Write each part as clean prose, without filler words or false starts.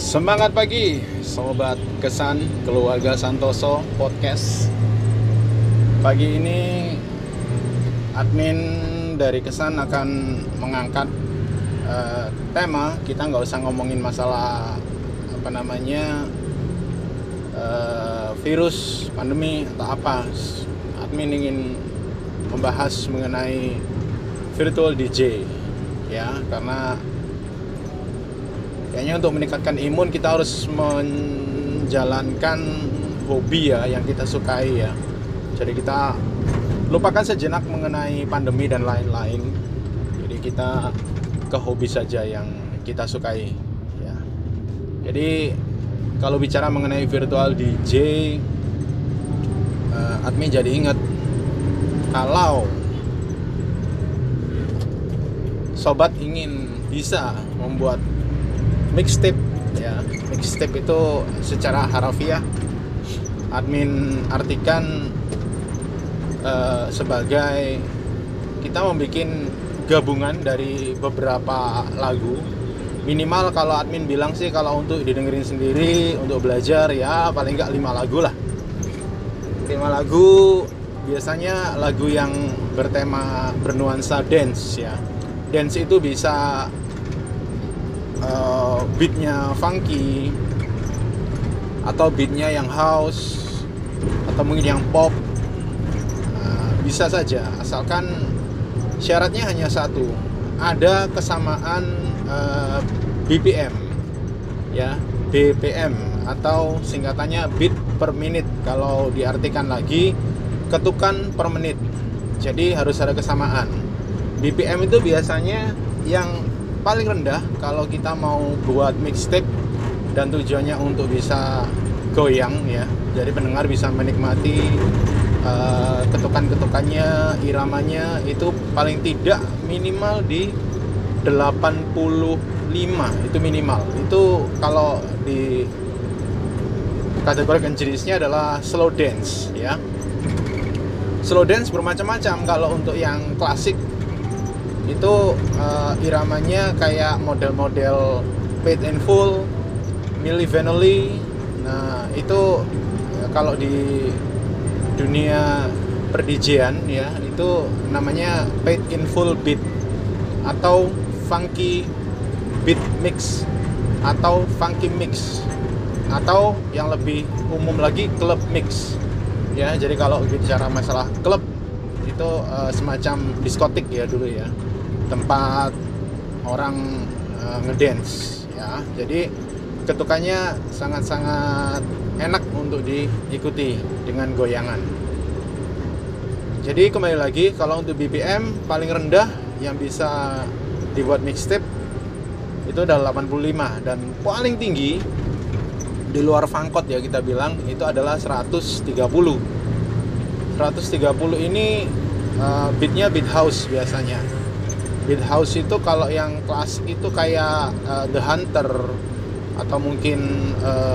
Semangat pagi, sobat Kesan Keluarga Santoso Podcast. Pagi ini admin dari Kesan akan mengangkat tema. Kita nggak usah ngomongin masalah virus, pandemi atau apa. Admin ingin membahas mengenai virtual DJ, ya, karena kayaknya untuk meningkatkan imun kita harus menjalankan hobi ya yang kita sukai ya. Jadi kita lupakan sejenak mengenai pandemi dan lain-lain. Jadi kita ke hobi saja yang kita sukai ya. Jadi kalau bicara mengenai virtual DJ, admin jadi ingat kalau sobat ingin bisa membuat mixtape ya. Mixtape itu secara harafiah admin artikan sebagai kita membuat gabungan dari beberapa lagu. Minimal kalau admin bilang sih kalau untuk didengerin sendiri untuk belajar ya paling enggak 5 lagu lah. 5 lagu, biasanya lagu yang bertema bernuansa dance ya. Dance itu bisa beatnya funky atau beatnya yang house atau mungkin yang pop, bisa saja asalkan syaratnya hanya satu, ada kesamaan BPM ya, BPM atau singkatannya beat per minute. Kalau diartikan lagi ketukan per menit, jadi harus ada kesamaan. BPM itu biasanya yang paling rendah kalau kita mau buat mixtape dan tujuannya untuk bisa goyang ya. Jadi pendengar bisa menikmati ketukan-ketukannya, iramanya itu paling tidak minimal di 85 itu minimal. Itu kalau di kategori jenisnya adalah slow dance ya. Slow dance bermacam-macam. Kalau untuk yang klasik itu iramanya kayak model-model Paid in Full, Milli Vanilli. Nah itu kalau di dunia per-DJ-an ya itu namanya Paid in Full beat atau funky beat mix atau funky mix atau yang lebih umum lagi club mix ya. Jadi kalau bicara masalah klub itu semacam diskotik ya dulu ya, tempat orang ngedance ya. Jadi ketukannya sangat-sangat enak untuk diikuti dengan goyangan. Jadi kembali lagi, kalau untuk BPM paling rendah yang bisa dibuat mixtape itu adalah 85, dan paling tinggi di luar fangkot ya kita bilang itu adalah 130 ini beatnya beat house biasanya. Beat house itu kalau yang klasik itu kayak The Hunter atau mungkin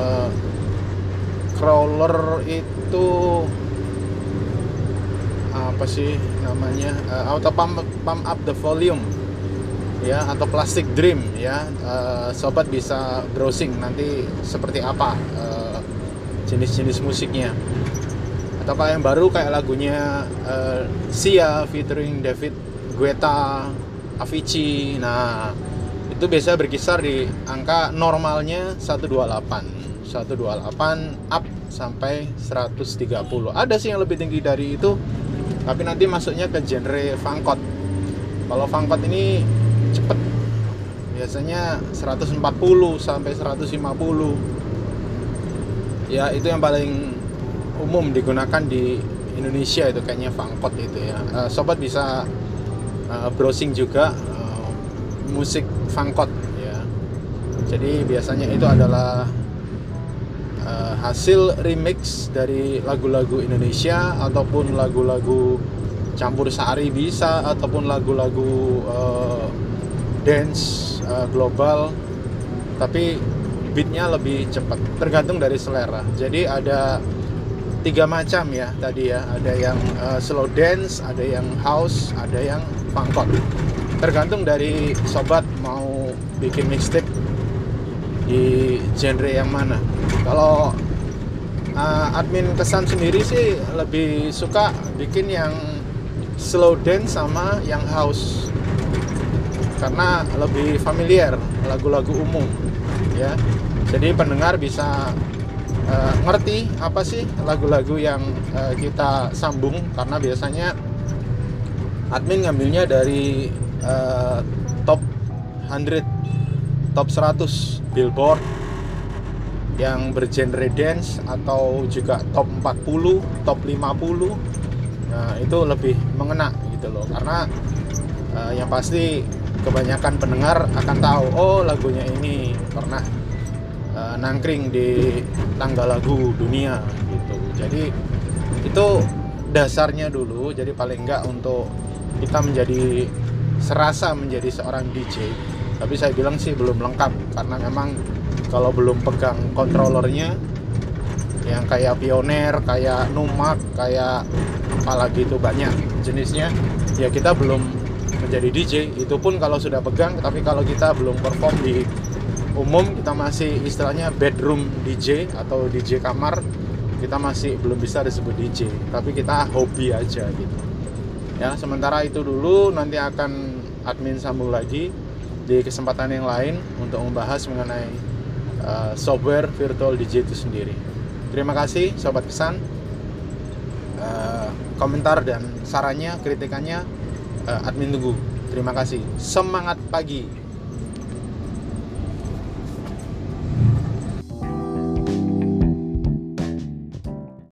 Crawler itu apa sih namanya, Auto Pump Up the Volume ya, atau Plastic Dream ya. Sobat bisa browsing nanti seperti apa jenis-jenis musiknya. Atau kalau yang baru kayak lagunya Sia featuring David Guetta, Avicii. Nah, itu biasa berkisar di angka normalnya 128 up sampai 130. Ada sih yang lebih tinggi dari itu, tapi nanti masuknya ke genre fangkot. Kalau fangkot ini cepet, biasanya 140 sampai 150. Ya, itu yang paling umum digunakan di Indonesia itu kayaknya fangkot itu ya. Sobat bisa browsing juga musik fangkot ya. Jadi biasanya itu adalah hasil remix dari lagu-lagu Indonesia ataupun lagu-lagu campur sari bisa, ataupun lagu-lagu dance global, tapi beatnya lebih cepat, tergantung dari selera. Jadi ada 3 macam ya tadi ya, ada yang slow dance, ada yang house, ada yang fangkot. Tergantung dari sobat mau bikin mixtape di genre yang mana. Kalau admin Kesan sendiri sih lebih suka bikin yang slow dance sama yang house, karena lebih familiar, lagu-lagu umum ya. Jadi pendengar bisa ngerti apa sih lagu-lagu yang kita sambung, karena biasanya admin ngambilnya dari top 100, top 100 Billboard yang bergenre dance, atau juga top 40, top 50. Nah, itu lebih mengena gitu loh, karena yang pasti kebanyakan pendengar akan tahu, oh lagunya ini pernah nangkring di tangga lagu dunia gitu. Jadi itu dasarnya dulu. Jadi paling enggak untuk kita menjadi serasa menjadi seorang DJ. Tapi saya bilang sih belum lengkap, karena memang kalau belum pegang controllernya yang kayak Pioneer, kayak Numark, kayak apalagi itu banyak jenisnya, ya kita belum menjadi DJ. Itu pun kalau sudah pegang, tapi kalau kita belum perform di umum, kita masih istilahnya bedroom DJ atau DJ kamar, kita masih belum bisa disebut DJ, tapi kita hobi aja gitu ya. Sementara itu dulu, nanti akan admin sambung lagi di kesempatan yang lain untuk membahas mengenai software virtual DJ itu sendiri. Terima kasih Sobat Kesan. Komentar dan sarannya, kritikannya admin tunggu. Terima kasih. Semangat pagi.